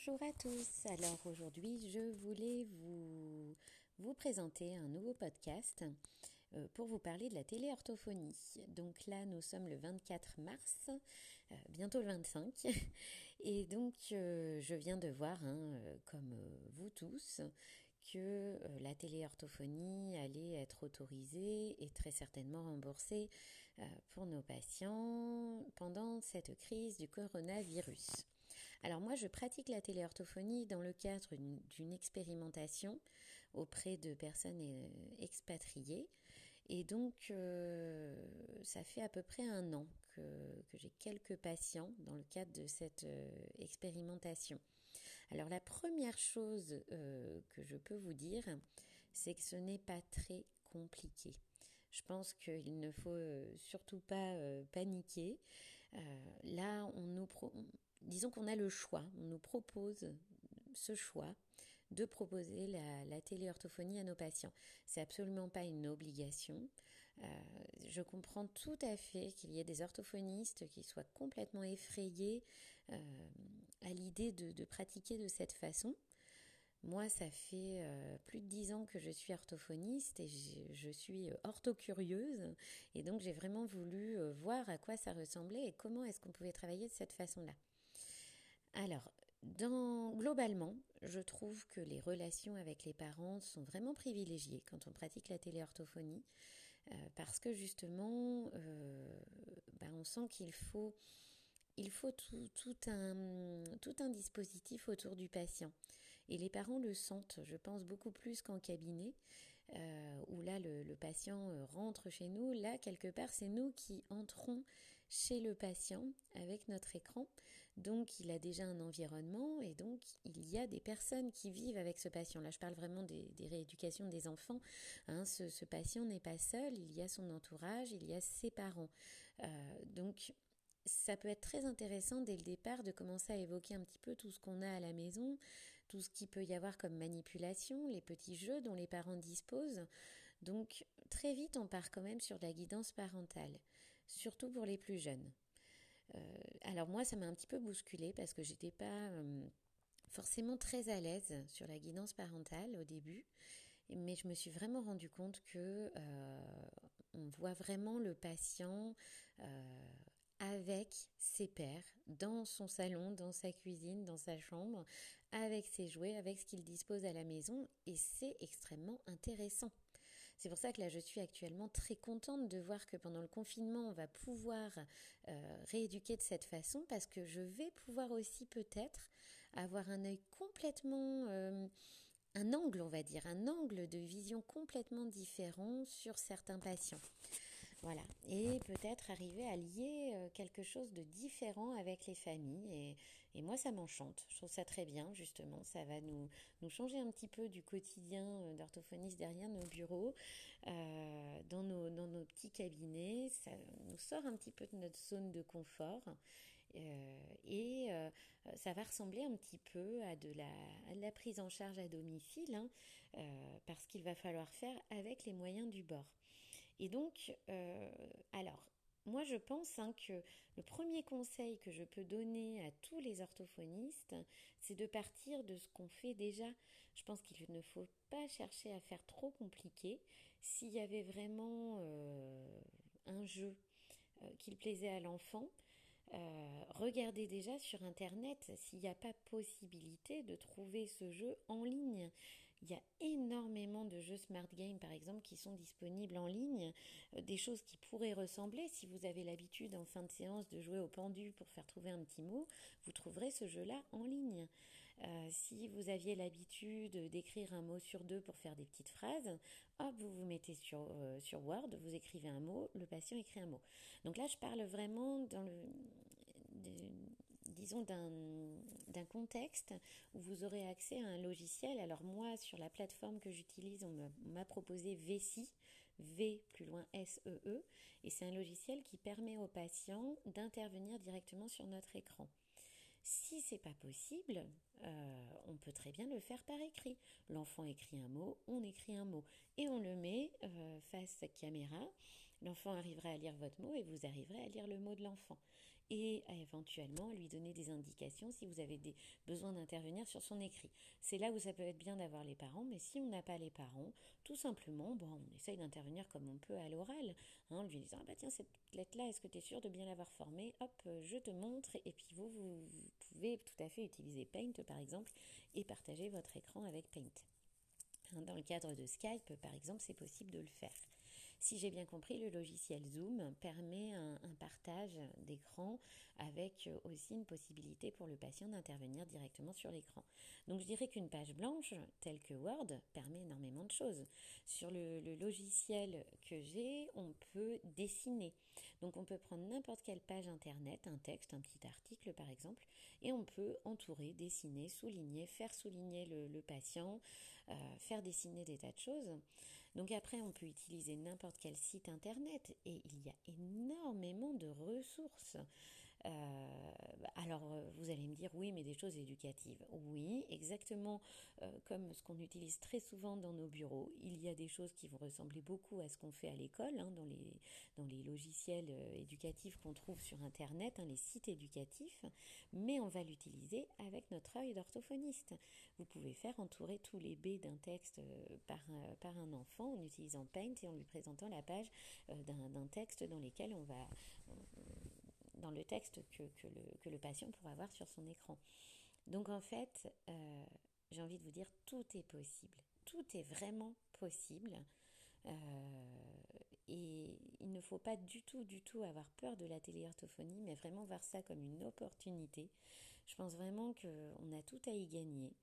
Bonjour à tous. Alors aujourd'hui, je voulais vous présenter un nouveau podcast pour vous parler de la téléorthophonie. Donc là, nous sommes le 24 mars, bientôt le 25. Et donc, je viens de voir, comme vous tous, que la téléorthophonie allait être autorisée et très certainement remboursée pour nos patients pendant cette crise du coronavirus. Alors moi, je pratique la téléorthophonie dans le cadre d'une expérimentation auprès de personnes expatriées. Et donc, ça fait à peu près un an que j'ai quelques patients dans le cadre de cette expérimentation. Alors la première chose que je peux vous dire, c'est que ce n'est pas très compliqué. Je pense qu'il ne faut surtout pas paniquer. Là, disons qu'on a le choix, on nous propose ce choix de proposer la téléorthophonie à nos patients. C'est absolument pas une obligation. Je comprends tout à fait qu'il y ait des orthophonistes qui soient complètement effrayés à l'idée de pratiquer de cette façon. Moi, ça fait plus de 10 ans que je suis orthophoniste et je suis orthocurieuse. Et donc, j'ai vraiment voulu voir à quoi ça ressemblait et comment est-ce qu'on pouvait travailler de cette façon-là. Alors, globalement, je trouve que les relations avec les parents sont vraiment privilégiées quand on pratique la téléorthophonie parce que justement, on sent qu'il faut tout un dispositif autour du patient. Et les parents le sentent, je pense, beaucoup plus qu'en cabinet, où là, le patient rentre chez nous. Là, quelque part, c'est nous qui entrons chez le patient avec notre écran. Donc, il a déjà un environnement et donc, il y a des personnes qui vivent avec ce patient. Là, je parle vraiment des rééducations des enfants. Ce patient n'est pas seul, il y a son entourage, il y a ses parents. Donc, ça peut être très intéressant dès le départ de commencer à évoquer un petit peu tout ce qu'on a à la maison, tout ce qu'il peut y avoir comme manipulation, les petits jeux dont les parents disposent. Donc très vite on part quand même sur de la guidance parentale, surtout pour les plus jeunes. Alors moi ça m'a un petit peu bousculée parce que j'étais pas forcément très à l'aise sur la guidance parentale au début. Mais je me suis vraiment rendu compte que on voit vraiment le patient avec ses pairs, dans son salon, dans sa cuisine, dans sa chambre, avec ses jouets, avec ce qu'il dispose à la maison, et c'est extrêmement intéressant. C'est pour ça que là, je suis actuellement très contente de voir que pendant le confinement, on va pouvoir rééduquer de cette façon, parce que je vais pouvoir aussi peut-être avoir un œil complètement... un angle, on va dire, un angle de vision complètement différent sur certains patients. Voilà, et peut-être arriver à lier quelque chose de différent avec les familles. Et moi, ça m'enchante. Je trouve ça très bien, justement. Ça va nous changer un petit peu du quotidien d'orthophoniste derrière nos bureaux, dans nos petits cabinets. Ça nous sort un petit peu de notre zone de confort. Et ça va ressembler un petit peu à de la prise en charge à domicile, parce qu'il va falloir faire avec les moyens du bord. Et donc, alors, moi je pense que le premier conseil que je peux donner à tous les orthophonistes, c'est de partir de ce qu'on fait déjà. Je pense qu'il ne faut pas chercher à faire trop compliqué. S'il y avait vraiment un jeu qu'il plaisait à l'enfant, regardez déjà sur internet s'il n'y a pas possibilité de trouver ce jeu en ligne. Il y a énormément de jeux Smart Game par exemple qui sont disponibles en ligne, des choses qui pourraient ressembler. Si vous avez l'habitude en fin de séance de jouer au pendu pour faire trouver un petit mot, vous trouverez ce jeu-là en ligne. Si vous aviez l'habitude d'écrire un mot sur deux pour faire des petites phrases, hop, vous vous mettez sur Word, vous écrivez un mot, le patient écrit un mot. Donc là, je parle vraiment disons d'un contexte où vous aurez accès à un logiciel. Alors moi, sur la plateforme que j'utilise, on m'a proposé VSEE, V plus loin SEE, et c'est un logiciel qui permet aux patients d'intervenir directement sur notre écran. Si c'est pas possible, on peut très bien le faire par écrit. L'enfant écrit un mot, on écrit un mot et on le met face caméra L'enfant arrivera à lire votre mot et vous arriverez à lire le mot de l'enfant. Et à éventuellement lui donner des indications si vous avez besoin d'intervenir sur son écrit. C'est là où ça peut être bien d'avoir les parents, mais si on n'a pas les parents, tout simplement, on essaye d'intervenir comme on peut à l'oral, en lui disant ah bah tiens, cette lettre-là, est-ce que tu es sûr de bien l'avoir formée? Hop, je te montre, et puis vous pouvez tout à fait utiliser Paint par exemple et partager votre écran avec Paint. Dans le cadre de Skype, par exemple, c'est possible de le faire. Si j'ai bien compris, le logiciel Zoom permet un partage d'écran avec aussi une possibilité pour le patient d'intervenir directement sur l'écran. Donc je dirais qu'une page blanche, telle que Word, permet énormément de choses. Sur le logiciel que j'ai, on peut dessiner. Donc on peut prendre n'importe quelle page internet, un texte, un petit article par exemple, et on peut entourer, dessiner, souligner, faire souligner le patient, faire dessiner des tas de choses. Donc après, on peut utiliser n'importe quel site internet et il y a énormément de ressources. Alors, vous allez me dire, oui, mais des choses éducatives. Oui, exactement comme ce qu'on utilise très souvent dans nos bureaux. Il y a des choses qui vont ressembler beaucoup à ce qu'on fait à l'école, dans les logiciels éducatifs qu'on trouve sur Internet, les sites éducatifs, mais on va l'utiliser avec notre œil d'orthophoniste. Vous pouvez faire entourer tous les B d'un texte par un enfant en utilisant Paint et en lui présentant la page d'un texte dans le texte que le patient pourra voir sur son écran. Donc en fait, j'ai envie de vous dire, tout est possible. Tout est vraiment possible. Et il ne faut pas du tout avoir peur de la téléorthophonie, mais vraiment voir ça comme une opportunité. Je pense vraiment qu'on a tout à y gagner.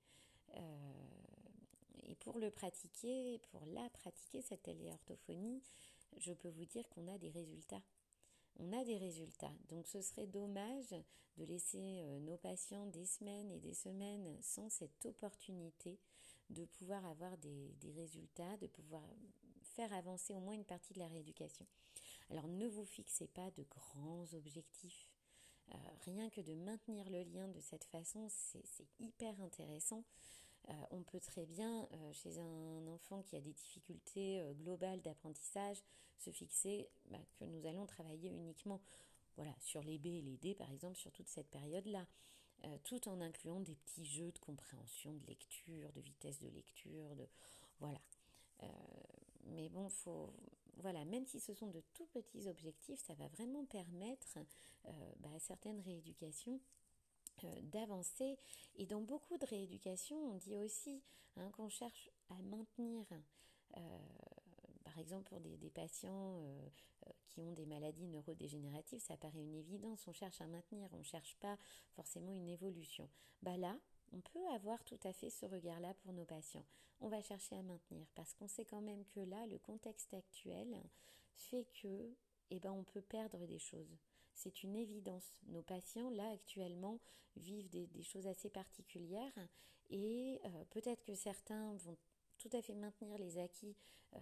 Et pour la pratiquer, cette téléorthophonie, je peux vous dire qu'on a des résultats. On a des résultats. Donc ce serait dommage de laisser nos patients des semaines et des semaines sans cette opportunité de pouvoir avoir des résultats, de pouvoir faire avancer au moins une partie de la rééducation. Alors ne vous fixez pas de grands objectifs. Rien que de maintenir le lien de cette façon, c'est hyper intéressant. On peut très bien, chez un enfant qui a des difficultés globales d'apprentissage, se fixer que nous allons travailler uniquement sur les B et les D, par exemple, sur toute cette période-là, tout en incluant des petits jeux de compréhension, de lecture, de vitesse de lecture, voilà. Euh, mais bon, même si ce sont de tout petits objectifs, ça va vraiment permettre à certaines rééducations d'avancer. Et dans beaucoup de rééducation, on dit aussi qu'on cherche à maintenir, euh, par exemple pour des patients qui ont des maladies neurodégénératives, ça paraît une évidence, on cherche à maintenir, on ne cherche pas forcément une évolution. Là, on peut avoir tout à fait ce regard-là pour nos patients. On va chercher à maintenir parce qu'on sait quand même que là, le contexte actuel fait que on peut perdre des choses. C'est une évidence. Nos patients, là, actuellement, vivent des choses assez particulières et peut-être que certains vont tout à fait maintenir les acquis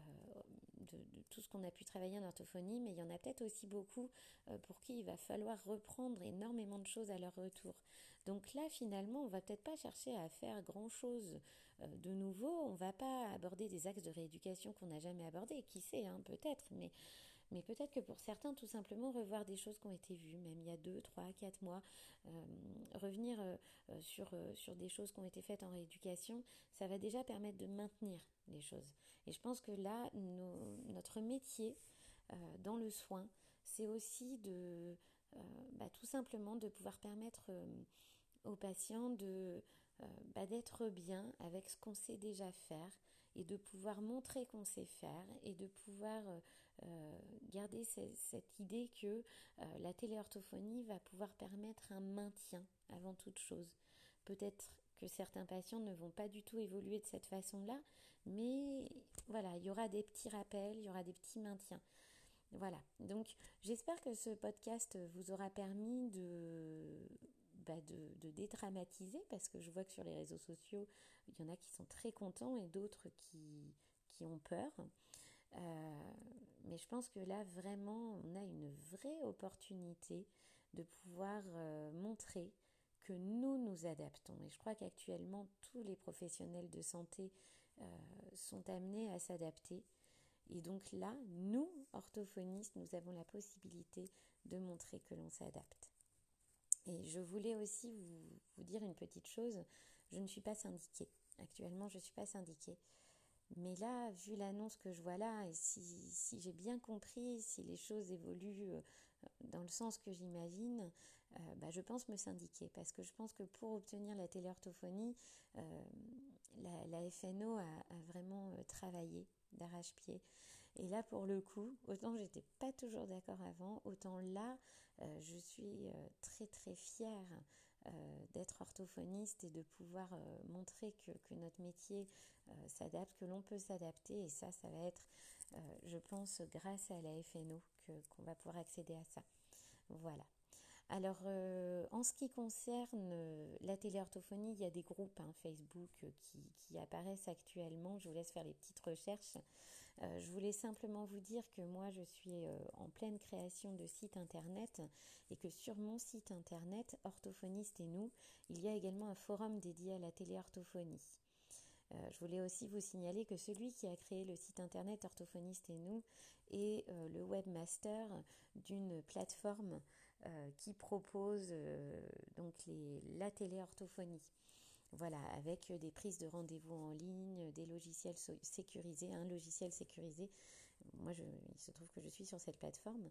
de tout ce qu'on a pu travailler en orthophonie, mais il y en a peut-être aussi beaucoup pour qui il va falloir reprendre énormément de choses à leur retour. Donc là, finalement, on va peut-être pas chercher à faire grand-chose de nouveau, on va pas aborder des axes de rééducation qu'on n'a jamais abordés, qui sait, peut-être, mais peut-être que pour certains, tout simplement revoir des choses qui ont été vues, même il y a 2, 3, 4 mois, revenir sur des choses qui ont été faites en rééducation, ça va déjà permettre de maintenir les choses. Et je pense que là, notre métier dans le soin, c'est aussi tout simplement de pouvoir permettre aux patients d'être bien avec ce qu'on sait déjà faire et de pouvoir montrer qu'on sait faire et de pouvoir garder cette idée que la téléorthophonie va pouvoir permettre un maintien avant toute chose. Peut-être que certains patients ne vont pas du tout évoluer de cette façon-là, mais voilà, il y aura des petits rappels, il y aura des petits maintiens. Voilà, donc j'espère que ce podcast vous aura permis de dédramatiser, parce que je vois que sur les réseaux sociaux, il y en a qui sont très contents et d'autres qui ont peur. Mais je pense que là, vraiment, on a une vraie opportunité de pouvoir montrer que nous adaptons. Et je crois qu'actuellement, tous les professionnels de santé sont amenés à s'adapter. Et donc là, nous, orthophonistes, nous avons la possibilité de montrer que l'on s'adapte. Et je voulais aussi vous dire une petite chose, je ne suis pas syndiquée. Actuellement, je ne suis pas syndiquée. Mais là, vu l'annonce que je vois là, et si j'ai bien compris, si les choses évoluent dans le sens que j'imagine, je pense me syndiquer. Parce que je pense que pour obtenir la téléorthophonie, la FNO a vraiment travaillé d'arrache-pied. Et là, pour le coup, autant j'étais pas toujours d'accord avant, autant là, je suis très très fière d'être orthophoniste et de pouvoir montrer que notre métier s'adapte, que l'on peut s'adapter. Et ça va être, je pense, grâce à la FNO qu'on va pouvoir accéder à ça. Voilà. Alors, en ce qui concerne la téléorthophonie, il y a des groupes Facebook qui apparaissent actuellement. Je vous laisse faire les petites recherches. Je voulais simplement vous dire que moi, je suis en pleine création de site internet et que sur mon site internet, Orthophoniste et nous, il y a également un forum dédié à la téléorthophonie. Je voulais aussi vous signaler que celui qui a créé le site internet Orthophoniste et nous est le webmaster d'une plateforme qui propose donc la téléorthophonie. Voilà, avec des prises de rendez-vous en ligne, des logiciels sécurisés, un logiciel sécurisé. Moi, il se trouve que je suis sur cette plateforme.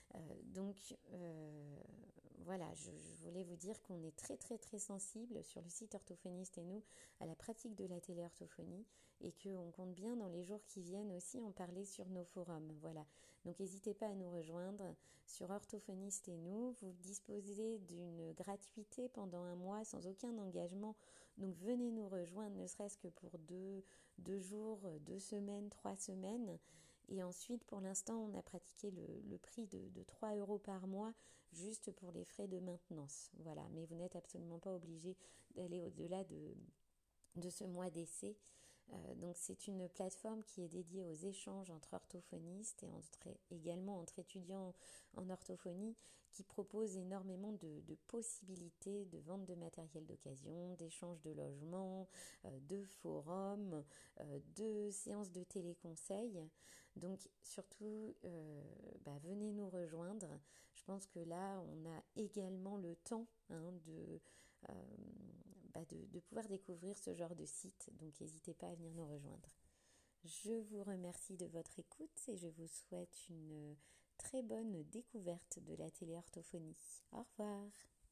Voilà, je voulais vous dire qu'on est très très très sensible sur le site Orthophoniste et nous à la pratique de la téléorthophonie et qu'on compte bien dans les jours qui viennent aussi en parler sur nos forums. Voilà, donc n'hésitez pas à nous rejoindre sur Orthophoniste et nous. Vous disposez d'une gratuité pendant un mois sans aucun engagement. Donc venez nous rejoindre, ne serait-ce que pour deux jours, 2 semaines, 3 semaines. Et ensuite, pour l'instant, on a pratiqué le prix de 3 euros par mois juste pour les frais de maintenance. Voilà, mais vous n'êtes absolument pas obligé d'aller au-delà de ce mois d'essai. Donc c'est une plateforme qui est dédiée aux échanges entre orthophonistes et également entre étudiants en orthophonie qui propose énormément de possibilités de vente de matériel d'occasion, d'échange de logements, de forums, de séances de téléconseil. Donc surtout, venez nous rejoindre. Je pense que là, on a également le temps euh, de pouvoir découvrir ce genre de site. Donc n'hésitez pas à venir nous rejoindre. Je vous remercie de votre écoute et je vous souhaite une très bonne découverte de la téléorthophonie. Au revoir.